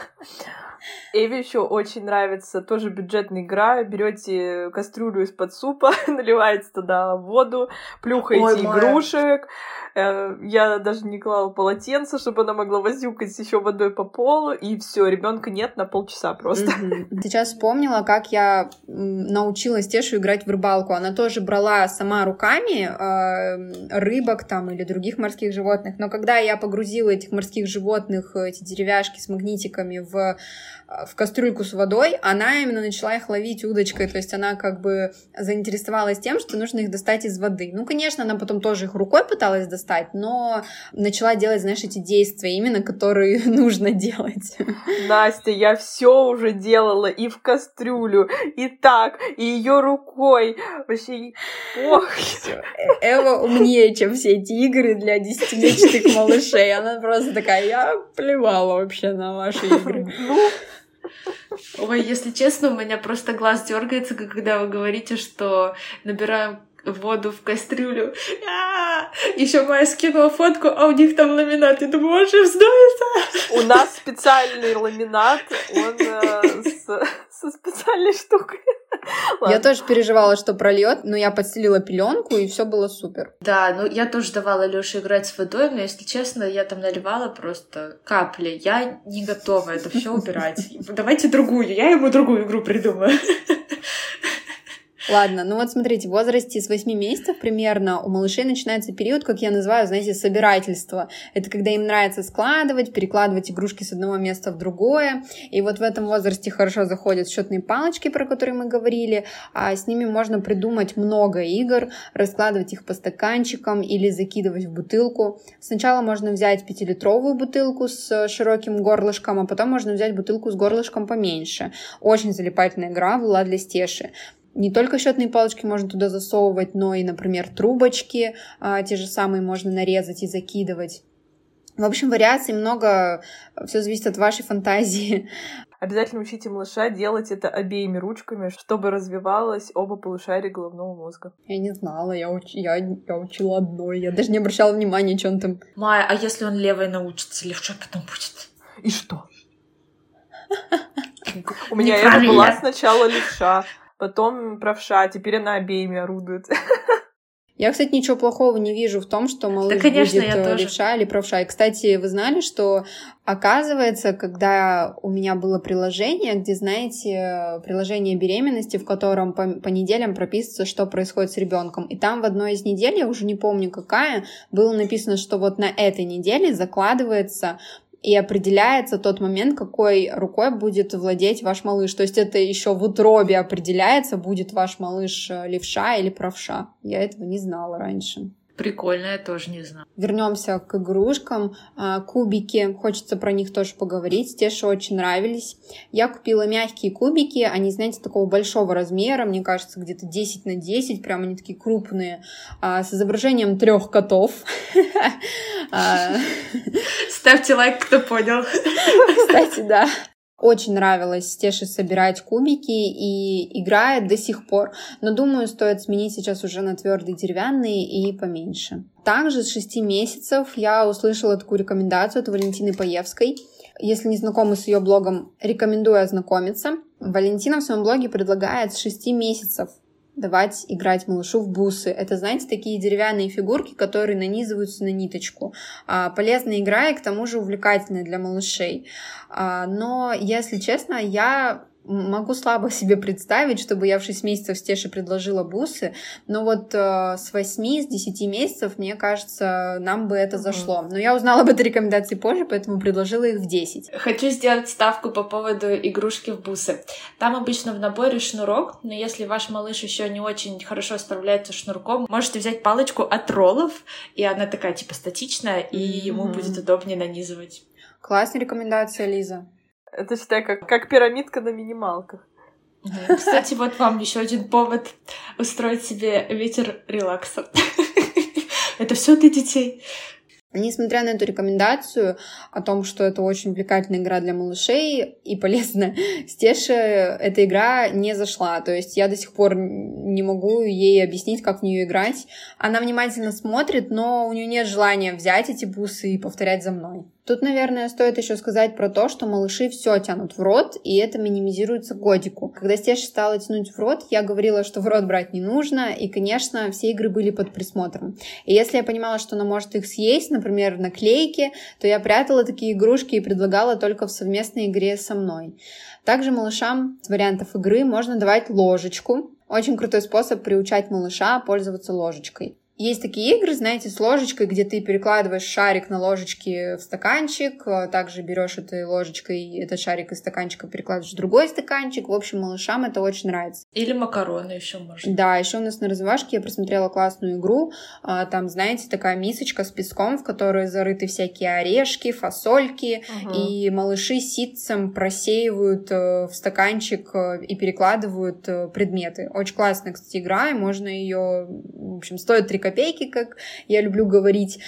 Эви еще очень нравится тоже бюджетная игра. Берете кастрюлю из-под супа, наливаете туда воду, плюхаете Ой, игрушек. Моя. Я даже не клала полотенце, чтобы она могла возюкать еще водой по полу, и все, ребенка нет на полчаса просто. Mm-hmm. Сейчас вспомнила, как я научила Стешу играть в рыбалку. Она тоже брала сама руками э, рыбок там или других морских животных, но когда я погрузила этих морских животных, эти деревяшки с магнитиками в в кастрюльку с водой, она именно начала их ловить удочкой, то есть она как бы заинтересовалась тем, что нужно их достать из воды. Ну, конечно, она потом тоже их рукой пыталась достать, достать, но начала делать, знаешь, эти действия именно, которые нужно делать. Настя, я все уже делала и в кастрюлю, и так, и ее рукой. Вообще, ох. Эва умнее, чем все эти игры для десятимесячных малышей. Она просто такая, я плевала вообще на ваши игры. Ой, если честно, у меня просто глаз дергается, когда вы говорите, что набираем воду в кастрюлю. Еще Майя скинула фотку, а у них там ламинат. Я думаю, он же вздуется. У нас специальный ламинат, он э, с, со специальной штукой. Я тоже переживала, что прольет, но я подстелила пеленку, и все было супер. Да, ну я тоже давала Лёше играть с водой, но, если честно, я там наливала просто капли. Я не готова это все убирать. Давайте другую, я ему другую игру придумаю. Ладно, ну вот смотрите, в возрасте с восьми месяцев примерно у малышей начинается период, как я называю, знаете, собирательство. Это когда им нравится складывать, перекладывать игрушки с одного места в другое. И вот в этом возрасте хорошо заходят счетные палочки, про которые мы говорили. А с ними можно придумать много игр, раскладывать их по стаканчикам или закидывать в бутылку. Сначала можно взять пятилитровую бутылку с широким горлышком, а потом можно взять бутылку с горлышком поменьше. Очень залипательная игра была для Стеши. Не только счетные палочки можно туда засовывать, но и, например, трубочки, а, те же самые можно нарезать и закидывать. В общем, вариаций много, все зависит от вашей фантазии. Обязательно учите малыша делать это обеими ручками, чтобы развивалось оба полушария головного мозга. Я не знала, я, уч... я, я учила одной, я даже не обращала внимания, что он там... Майя, а если он левой научится, левша потом будет? И что? У меня это была сначала левша, потом правша, теперь она обеими орудует. Я, кстати, ничего плохого не вижу в том, что малыш да, конечно, будет левша или правша. И, кстати, вы знали, что, оказывается, когда у меня было приложение, где, знаете, приложение беременности, в котором по, по неделям прописывается, что происходит с ребенком. И там в одной из недель, я уже не помню какая, было написано, что вот на этой неделе закладывается и определяется тот момент, какой рукой будет владеть ваш малыш. То есть это еще в утробе определяется, будет ваш малыш левша или правша. Я этого не знала раньше. Прикольно, я тоже не знала. Вернемся к игрушкам. Кубики, хочется про них тоже поговорить. Стеше очень нравились. Я купила мягкие кубики, они, знаете, такого большого размера, мне кажется, где-то десять на десять, прям они такие крупные, с изображением трех котов. Ставьте лайк, кто понял. Кстати, да. Очень нравилось Стеше собирать кубики и играет до сих пор. Но думаю, стоит сменить сейчас уже на твердые деревянные и поменьше. Также с шести месяцев я услышала такую рекомендацию от Валентины Паевской. Если не знакомы с ее блогом, рекомендую ознакомиться. Валентина в своем блоге предлагает с шести месяцев давать играть малышу в бусы. Это, знаете, такие деревянные фигурки, которые нанизываются на ниточку. А, полезная игра и к тому же увлекательная для малышей. А, но, если честно, я могу слабо себе представить, чтобы я в шесть месяцев Стеше предложила бусы, но вот э, с восьми, с десяти месяцев, мне кажется, нам бы это зашло. Но я узнала об этой рекомендации позже, поэтому предложила их в десять. Хочу сделать ставку по поводу игрушки в бусы. Там обычно в наборе шнурок, но если ваш малыш еще не очень хорошо справляется с шнурком, можете взять палочку от роллов, и она такая типа статичная, и mm-hmm. ему будет удобнее нанизывать. Классная рекомендация, Лиза. Это, считай, как, как пирамидка на минималках. Mm-hmm. Кстати, вот вам еще один повод устроить себе вечер релакса. Это все для детей. Несмотря на эту рекомендацию о том, что это очень увлекательная игра для малышей и полезная, Стеше эта игра не зашла. То есть я до сих пор не могу ей объяснить, как в нее играть. Она внимательно смотрит, но у нее нет желания взять эти бусы и повторять за мной. Тут, наверное, стоит еще сказать про то, что малыши все тянут в рот, и это минимизируется к годику. Когда Стеша стала тянуть в рот, я говорила, что в рот брать не нужно, и, конечно, все игры были под присмотром. И если я понимала, что она может их съесть, например, наклейки, то я прятала такие игрушки и предлагала только в совместной игре со мной. Также малышам из вариантов игры можно давать ложечку. Очень крутой способ приучать малыша пользоваться ложечкой. Есть такие игры, знаете, с ложечкой, где ты перекладываешь шарик на ложечке в стаканчик, также берешь этой ложечкой этот шарик из стаканчика перекладываешь в другой стаканчик. В общем, малышам это очень нравится. Или макароны еще можно. Да, еще у нас на развивашке я просмотрела классную игру. Там, знаете, такая мисочка с песком, в которой зарыты всякие орешки, фасольки, угу. и малыши ситцем просеивают в стаканчик и перекладывают предметы. Очень классная, кстати, игра, и можно ее, в общем, стоит три копейки, как я люблю говорить.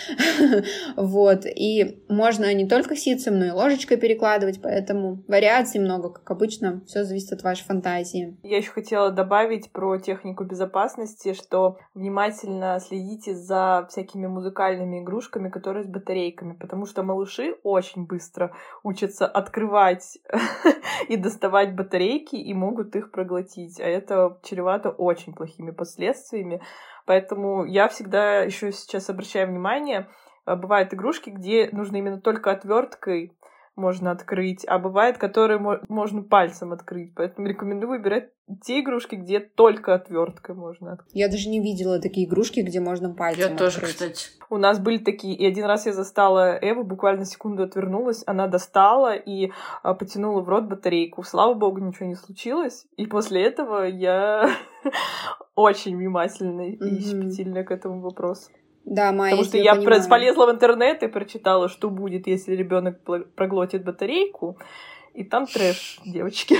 Вот. И можно не только ситцем, но и ложечкой перекладывать, поэтому вариаций много, как обычно. Все зависит от вашей фантазии. Я еще хотела добавить про технику безопасности, что внимательно следите за всякими музыкальными игрушками, которые с батарейками, потому что малыши очень быстро учатся открывать и доставать батарейки и могут их проглотить, а это чревато очень плохими последствиями. Поэтому я всегда еще сейчас обращаю внимание, бывают игрушки, где нужно именно только отверткой можно открыть, а бывает, которые можно пальцем открыть. Поэтому рекомендую выбирать те игрушки, где только отверткой можно открыть. Я даже не видела такие игрушки, где можно пальцем Я открыть. тоже, кстати. У нас были такие, и один раз я застала Эву, буквально секунду отвернулась, она достала и а, потянула в рот батарейку. Слава богу, ничего не случилось. И после этого я очень внимательна и щепетильна к этому вопросу. Да, Майя, Потому что я понимаю. полезла в интернет и прочитала, что будет, если ребенок проглотит батарейку. И там трэш, девочки.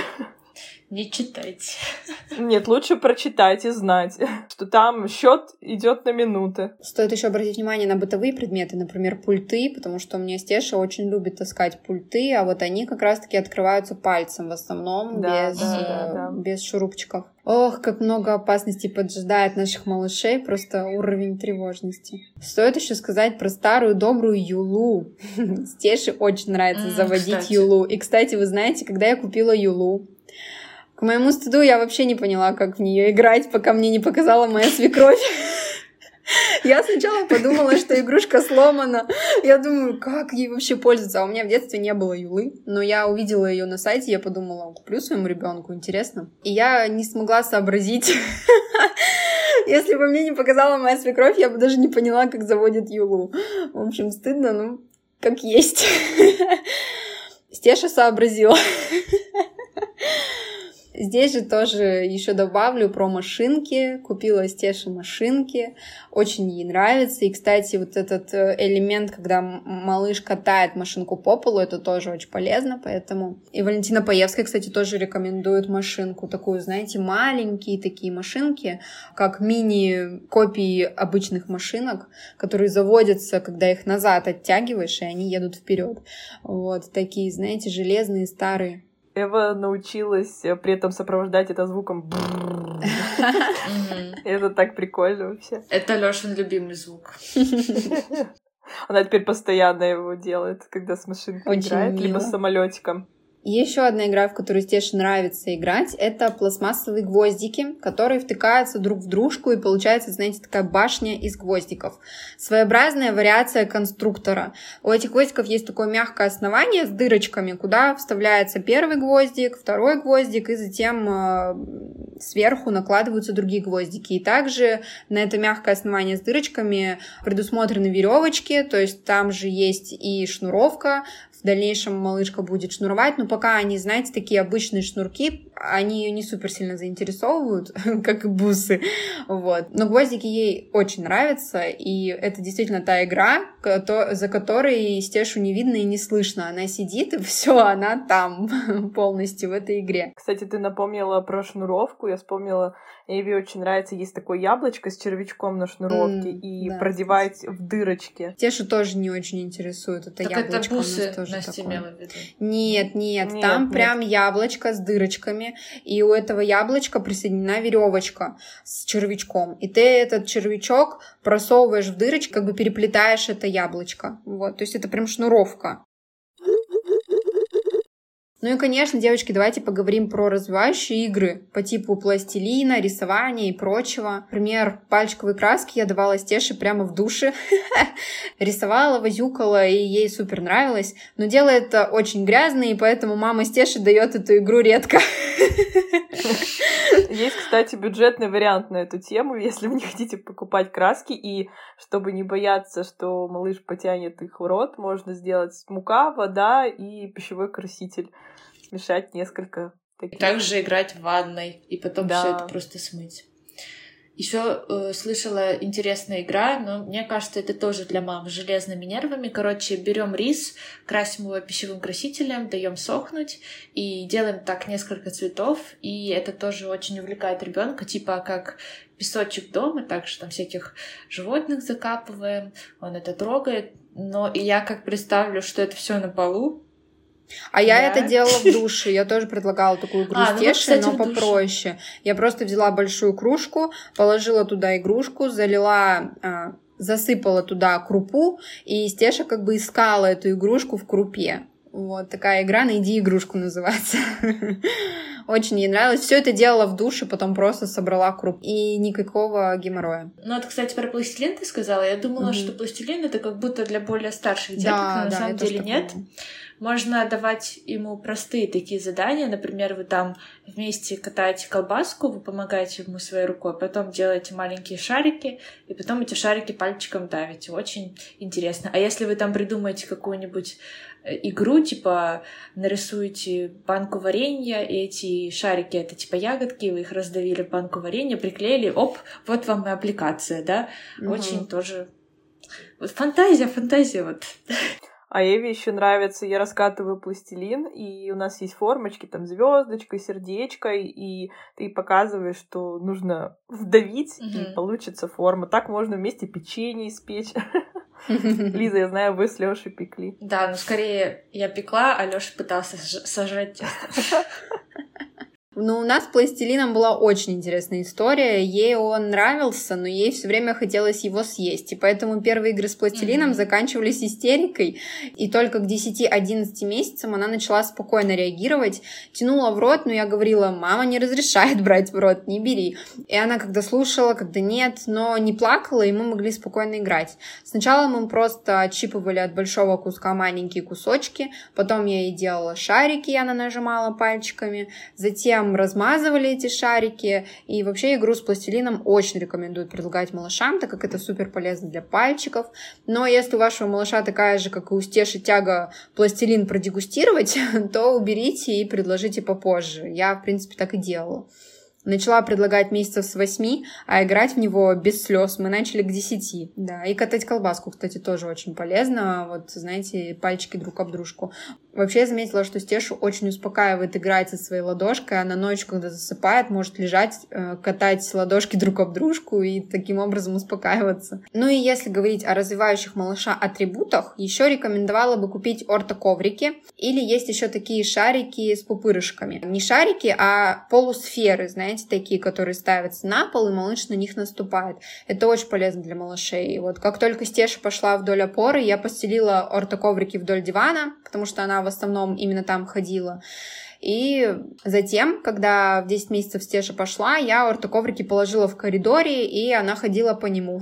Не читайте. Нет, лучше прочитать и знать, что там счет идет на минуты. Стоит еще обратить внимание на бытовые предметы, например, пульты, потому что у меня Стеша очень любит таскать пульты, а вот они как раз-таки открываются пальцем в основном, да, без, да, да, да. без шурупчиков. Ох, как много опасностей поджидает наших малышей, просто уровень тревожности. Стоит еще сказать про старую добрую Юлу. Стеше очень нравится mm, заводить кстати. Юлу. И, кстати, вы знаете, когда я купила Юлу, к моему стыду я вообще не поняла, как в нее играть, пока мне не показала моя свекровь. Я сначала подумала, что игрушка сломана. Я думаю, как ей вообще пользоваться? А у меня в детстве не было Юлы, но я увидела ее на сайте, я подумала, куплю своему ребенку, интересно. И я не смогла сообразить. Если бы мне не показала моя свекровь, я бы даже не поняла, как заводят Юлу. В общем, стыдно, ну, как есть. Стеша сообразила. Здесь же тоже еще добавлю про машинки. Купила Стеше машинки. Очень ей нравится. И, кстати, вот этот элемент, когда малыш катает машинку по полу, это тоже очень полезно. Поэтому... И Валентина Паевская, кстати, тоже рекомендует машинку. Такую, знаете, маленькие такие машинки, как мини-копии обычных машинок, которые заводятся, когда их назад оттягиваешь, и они едут вперед. Вот такие, знаете, железные, старые. Эва научилась при этом сопровождать это звуком. Это так прикольно вообще. Это Лёшин любимый звук. Она теперь постоянно его делает, когда с машинкой играет, либо с самолетиком. Еще одна игра, в которую Стеше нравится играть, это пластмассовые гвоздики, которые втыкаются друг в дружку, и получается, знаете, такая башня из гвоздиков. Своеобразная вариация конструктора. У этих гвоздиков есть такое мягкое основание с дырочками, куда вставляется первый гвоздик, второй гвоздик, и затем э, сверху накладываются другие гвоздики. И также на это мягкое основание с дырочками предусмотрены веревочки, то есть там же есть и шнуровка. В дальнейшем малышка будет шнуровать, но пока они, знаете, такие обычные шнурки, они ее не супер сильно заинтересовывают, как и бусы, вот. Но гвоздики ей очень нравятся, и это действительно та игра, за которой Стешу не видно и не слышно. Она сидит, и все, она там полностью в этой игре. Кстати, ты напомнила про шнуровку, я вспомнила, Эве очень нравится, есть такое яблочко с червячком на шнуровке, mm, и да, продевать в дырочки. Тешу тоже не очень интересует это так яблочко. Это бусы Настя имела в виду? Нет, нет, нет, там нет. Прям яблочко с дырочками, и у этого яблочка присоединена веревочка с червячком. И ты этот червячок просовываешь в дырочку, как бы переплетаешь это яблочко. Вот, то есть это прям шнуровка. Ну и, конечно, девочки, давайте поговорим про развивающие игры по типу пластилина, рисования и прочего. Например, пальчиковые краски я давала Стеше прямо в душе. Рисовала, возюкала, и ей супер нравилось. Но дело это очень грязное, и поэтому мама Стеши дает эту игру редко. Есть, кстати, бюджетный вариант на эту тему, если вы не хотите покупать краски, и чтобы не бояться, что малыш потянет их в рот, можно сделать мука, вода и пищевой краситель. Смешать несколько таких. Также играть в ванной, и потом Да. все это просто смыть. Еще э, слышала интересная игра, но мне кажется, это тоже для мам с железными нервами. Короче, берем рис, красим его пищевым красителем, даем сохнуть и делаем так несколько цветов. И это тоже очень увлекает ребенка, типа как песочек дома, также там всяких животных закапываем, он это трогает. Но и я как представлю, что это все на полу. А я Да. это делала в душе. Я тоже предлагала такую игру А, с ну вот, Тешей, кстати, но в душе. попроще. Я просто взяла большую кружку, положила туда игрушку, залила, а, засыпала туда крупу, и Стеша как бы искала эту игрушку в крупе. Вот такая игра «Найди игрушку» называется. Очень ей нравилось. Все это делала в душе, потом просто собрала крупу. И никакого геморроя. Ну, вот, кстати, про пластилин ты сказала. Я думала, Мгм. что пластилин — это как будто для более старших деток, Да, но на да, самом я тоже деле так нет. думала. Можно давать ему простые такие задания. Например, вы там вместе катаете колбаску, вы помогаете ему своей рукой, потом делаете маленькие шарики, и потом эти шарики пальчиком давите. Очень интересно. А если вы там придумаете какую-нибудь э, игру, типа нарисуете банку варенья, и эти шарики — это типа ягодки, вы их раздавили в банку варенья, приклеили, оп, вот вам и аппликация, да? Мгм. Очень тоже... Вот фантазия, фантазия вот. А Эве еще нравится, я раскатываю пластилин, и у нас есть формочки, там звездочка, сердечко, и ты показываешь, что нужно вдавить, Мгм. и получится форма. Так можно вместе печенье испечь. Лиза, я знаю, вы с Лешей пекли. Да, ну скорее я пекла, а Лёша пытался сж- сожрать тесто. Ну, у нас с пластилином была очень интересная история. Ей он нравился, но ей все время хотелось его съесть. И поэтому первые игры с пластилином Мгм. заканчивались истерикой. И только к десяти-одиннадцати месяцам она начала спокойно реагировать. Тянула в рот, но я говорила: мама не разрешает брать в рот, не бери. И она когда слушала, когда нет, но не плакала, и мы могли спокойно играть. Сначала мы просто отщипывали от большого куска маленькие кусочки. Потом я ей делала шарики, она нажимала пальчиками. Затем размазывали эти шарики, и вообще игру с пластилином очень рекомендую предлагать малышам, так как это супер полезно для пальчиков. Но если у вашего малыша такая же, как и у Стеши, тяга пластилин продегустировать, то уберите и предложите попозже. Я, в принципе, так и делала. Начала предлагать месяцев с восьми, а играть в него без слез мы начали к десяти. Да, и катать колбаску, кстати, тоже очень полезно. Вот, знаете, пальчики друг об дружку. Вообще я заметила, что Стешу очень успокаивает играть со своей ладошкой. Она ночью, когда засыпает, может лежать, э, катать ладошки друг об дружку и таким образом успокаиваться. Ну и если говорить о развивающих малыша атрибутах, еще рекомендовала бы купить ортоковрики. Или есть еще такие шарики с пупырышками. Не шарики, а полусферы, знаете, такие, которые ставятся на пол, и малыш на них наступает. Это очень полезно для малышей. И вот как только Стеша пошла вдоль опоры, я постелила ортоковрики вдоль дивана, потому что она в основном именно там ходила. И затем, когда в десять месяцев Стеша пошла, я ортоковрики положила в коридоре, и она ходила по нему.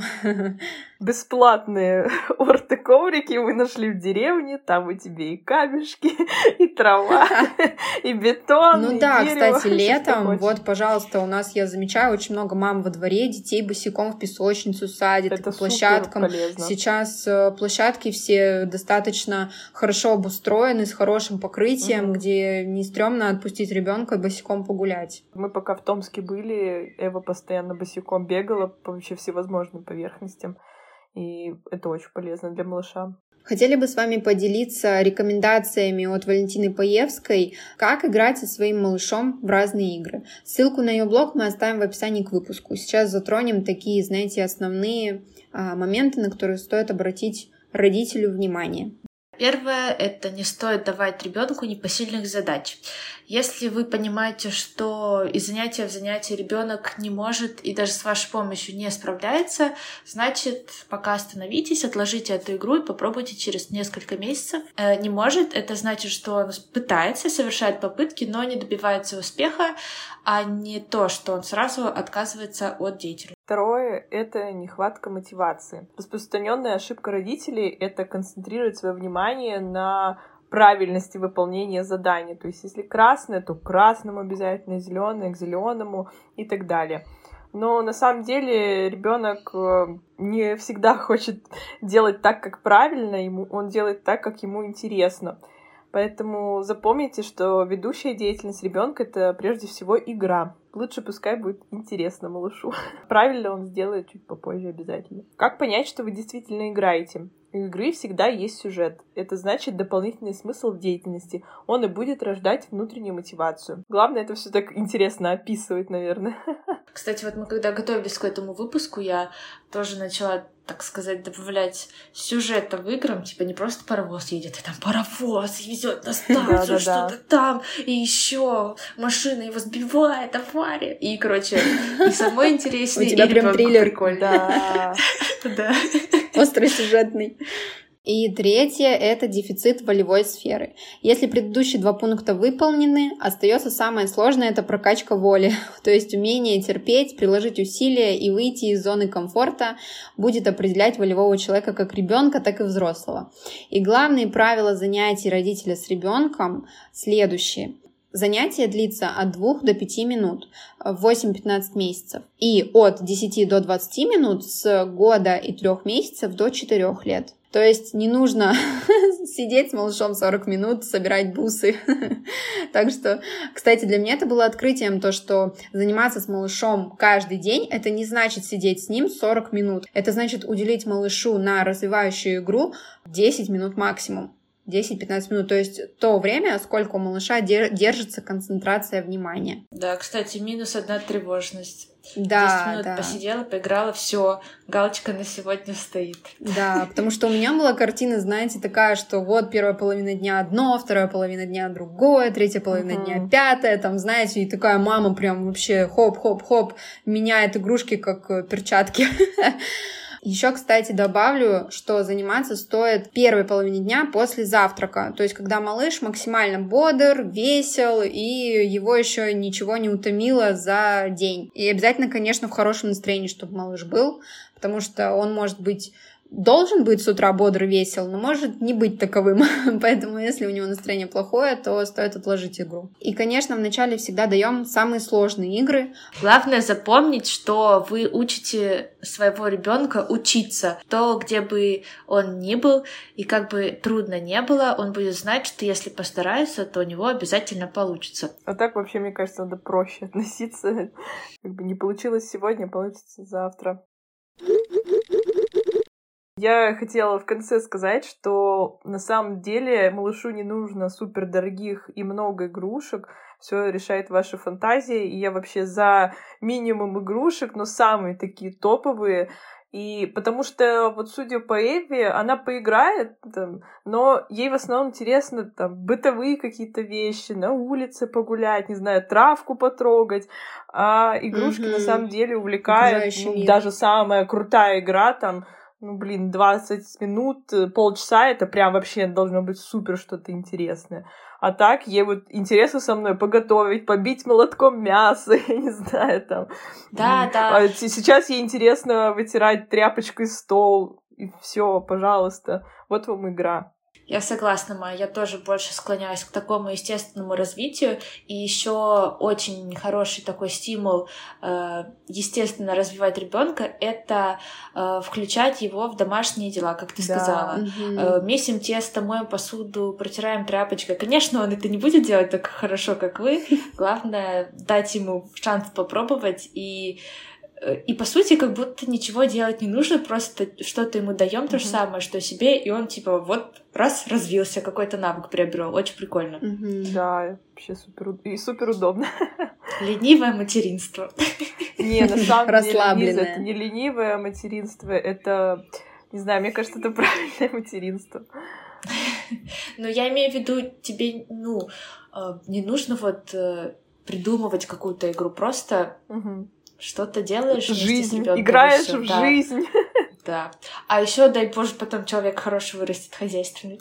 Бесплатные ортоковрики мы нашли в деревне, там у тебя и камешки, и трава, и бетон, Ну и да, дерево, кстати, всё, что летом, хочешь. вот, пожалуйста, у нас, я замечаю, очень много мам во дворе, детей босиком в песочницу садят, Это по площадкам. супер полезно. Сейчас э, площадки все достаточно хорошо обустроены, с хорошим покрытием, Мгм. где не стрёмно отпустить ребенка босиком погулять. Мы пока в Томске были, Эва постоянно босиком бегала по вообще всевозможным поверхностям, и это очень полезно для малыша. Хотели бы с вами поделиться рекомендациями от Валентины Паевской, как играть со своим малышом в разные игры. Ссылку на ее блог мы оставим в описании к выпуску. Сейчас затронем такие, знаете, основные а, моменты, на которые стоит обратить родителю внимание. Первое — это не стоит давать ребенку непосильных задач. Если вы понимаете, что из занятия в занятие ребенок не может и даже с вашей помощью не справляется, значит, пока остановитесь, отложите эту игру и попробуйте через несколько месяцев. Э, не может — это значит, что он пытается, совершает попытки, но не добивается успеха, а не то, что он сразу отказывается от деятельности. Второе — это нехватка мотивации. Распространенная ошибка родителей — это концентрировать свое внимание на правильности выполнения задания. То есть, если красное, то к красному обязательно, зеленое к зеленому и так далее. Но на самом деле ребенок не всегда хочет делать так, как правильно, ему он делает так, как ему интересно. Поэтому запомните, что ведущая деятельность ребенка — это прежде всего игра. Лучше пускай будет интересно малышу. Правильно он сделает чуть попозже обязательно. Как понять, что вы действительно играете? У игры всегда есть сюжет. Это значит дополнительный смысл в деятельности. Он и будет рождать внутреннюю мотивацию. Главное, это все так интересно описывать, наверное. Кстати, вот мы когда готовились к этому выпуску, я тоже начала, так сказать, добавлять сюжета в играм, типа не просто паровоз едет, а там паровоз везет на станцию, что-то там, и еще машина его сбивает, авария. И, короче, и самое интересное, у тебя прям триллер. Прикольно. Да. Остросюжетный. И третье — это дефицит волевой сферы. Если предыдущие два пункта выполнены, остается самое сложное — это прокачка воли. То есть умение терпеть, приложить усилия и выйти из зоны комфорта будет определять волевого человека как ребенка, так и взрослого. И главные правила занятий родителя с ребенком следующие. Занятие длится от двух до пяти минут, восемь-пятнадцать месяцев, и от десяти до двадцати минут с года и трех месяцев до четырех лет. То есть не нужно сидеть с малышом сорок минут, собирать бусы. Так что, кстати, для меня это было открытием, то, что заниматься с малышом каждый день, это не значит сидеть с ним сорок минут. Это значит уделить малышу на развивающую игру десять минут максимум. десять-пятнадцать минут, то есть то время, сколько у малыша держится концентрация внимания. Да, кстати, минус одна тревожность. Да, десять минут да. посидела, поиграла, все, галочка на сегодня стоит. Да, потому что у меня была картина, знаете, такая, что вот первая половина дня одно, вторая половина дня другое, третья половина uh-huh. дня пятое, там, знаете, и такая мама прям вообще хоп-хоп-хоп меняет игрушки как перчатки. Еще, кстати, добавлю, что заниматься стоит первой половине дня после завтрака. То есть, когда малыш максимально бодр, весел, и его еще ничего не утомило за день. И обязательно, конечно, в хорошем настроении, чтобы малыш был, потому что он может быть... должен быть с утра бодр и весел, но может не быть таковым. Поэтому, если у него настроение плохое, то стоит отложить игру. И, конечно, вначале всегда даем самые сложные игры. Главное запомнить, что вы учите своего ребенка учиться. То, где бы он ни был, и как бы трудно не было, он будет знать, что если постарается, то у него обязательно получится. А так вообще, мне кажется, надо проще относиться. Как бы не получилось сегодня, получится завтра. Я хотела в конце сказать, что на самом деле малышу не нужно супердорогих и много игрушек. Все решает ваша фантазия. И я вообще за минимум игрушек, но самые такие топовые. И потому что, вот судя по Эви, она поиграет, там, но ей в основном интересно там, бытовые какие-то вещи, на улице погулять, не знаю, травку потрогать. А игрушки mm-hmm. на самом деле увлекают. Ну, даже самая крутая игра там, ну, блин, двадцать минут, полчаса, это прям вообще должно быть супер что-то интересное. А так, ей вот интересно со мной поготовить, побить молотком мясо, я не знаю, там. Да, да. А сейчас ей интересно вытирать тряпочкой стол, и все, пожалуйста. Вот вам игра. Я согласна, Майя, я тоже больше склоняюсь к такому естественному развитию. И еще очень хороший такой стимул э, естественно развивать ребенка — это э, включать его в домашние дела, как ты да. сказала. Mm-hmm. Э, месим тесто, моем посуду, протираем тряпочкой. Конечно, он это не будет делать так хорошо, как вы. Главное дать ему шанс попробовать и И, по сути, как будто ничего делать не нужно, просто что-то ему даем mm-hmm. то же самое, что себе, и он, типа, вот раз развился, какой-то навык приобрел. Очень прикольно. Mm-hmm. Да, вообще супер, и супер удобно. Ленивое материнство. Не, на самом деле, Лиза, это не ленивое материнство, это, не знаю, мне кажется, это правильное материнство. Но я имею в виду, тебе, ну, не нужно вот придумывать какую-то игру, просто угу. что-то делаешь вместе жизнь. с ребенком. Играешь всё, в да. жизнь. Да. А еще, дай боже, потом человек хороший вырастет, хозяйственный.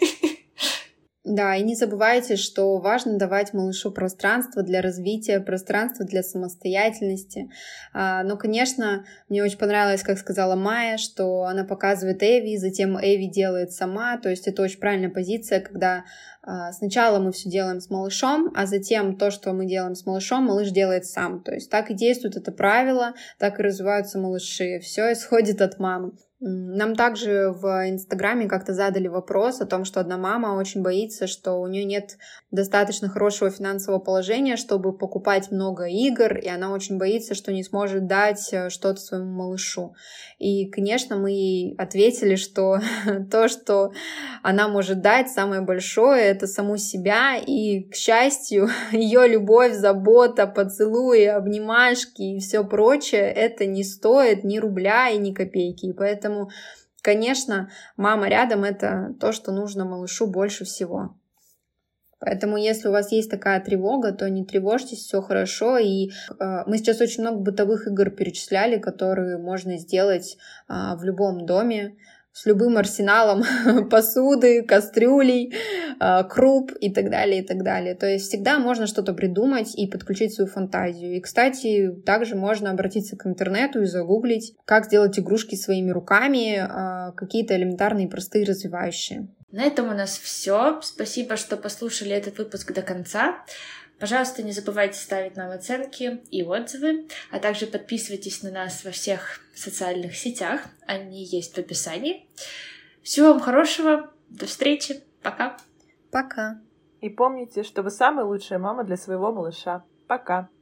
Да, и не забывайте, что важно давать малышу пространство для развития, пространство для самостоятельности. Но, конечно, мне очень понравилось, как сказала Майя, что она показывает Эви, затем Эви делает сама. То есть это очень правильная позиция, когда сначала мы все делаем с малышом, а затем то, что мы делаем с малышом, малыш делает сам. То есть так и действует это правило, так и развиваются малыши. Все исходит от мамы. Нам также в Инстаграме как-то задали вопрос о том, что одна мама очень боится, что у нее нет достаточно хорошего финансового положения, чтобы покупать много игр, и она очень боится, что не сможет дать что-то своему малышу. И, конечно, мы ей ответили, что то, что она может дать, самое большое, это саму себя, и, к счастью, ее любовь, забота, поцелуи, обнимашки и все прочее, это не стоит ни рубля и ни копейки. И поэтому Поэтому, конечно, мама рядом — это то, что нужно малышу больше всего. Поэтому, если у вас есть такая тревога, то не тревожьтесь, все хорошо. И э, мы сейчас очень много бытовых игр перечисляли, которые можно сделать э, в любом доме, с любым арсеналом посуды, кастрюлей, круп и так далее, и так далее. То есть всегда можно что-то придумать и подключить свою фантазию. И, кстати, также можно обратиться к интернету и загуглить, как сделать игрушки своими руками, какие-то элементарные, простые, развивающие. На этом у нас все. Спасибо, что послушали этот выпуск до конца. Пожалуйста, не забывайте ставить нам оценки и отзывы, а также подписывайтесь на нас во всех социальных сетях. Они есть в описании. Всего вам хорошего. До встречи. Пока. Пока. И помните, что вы самая лучшая мама для своего малыша. Пока.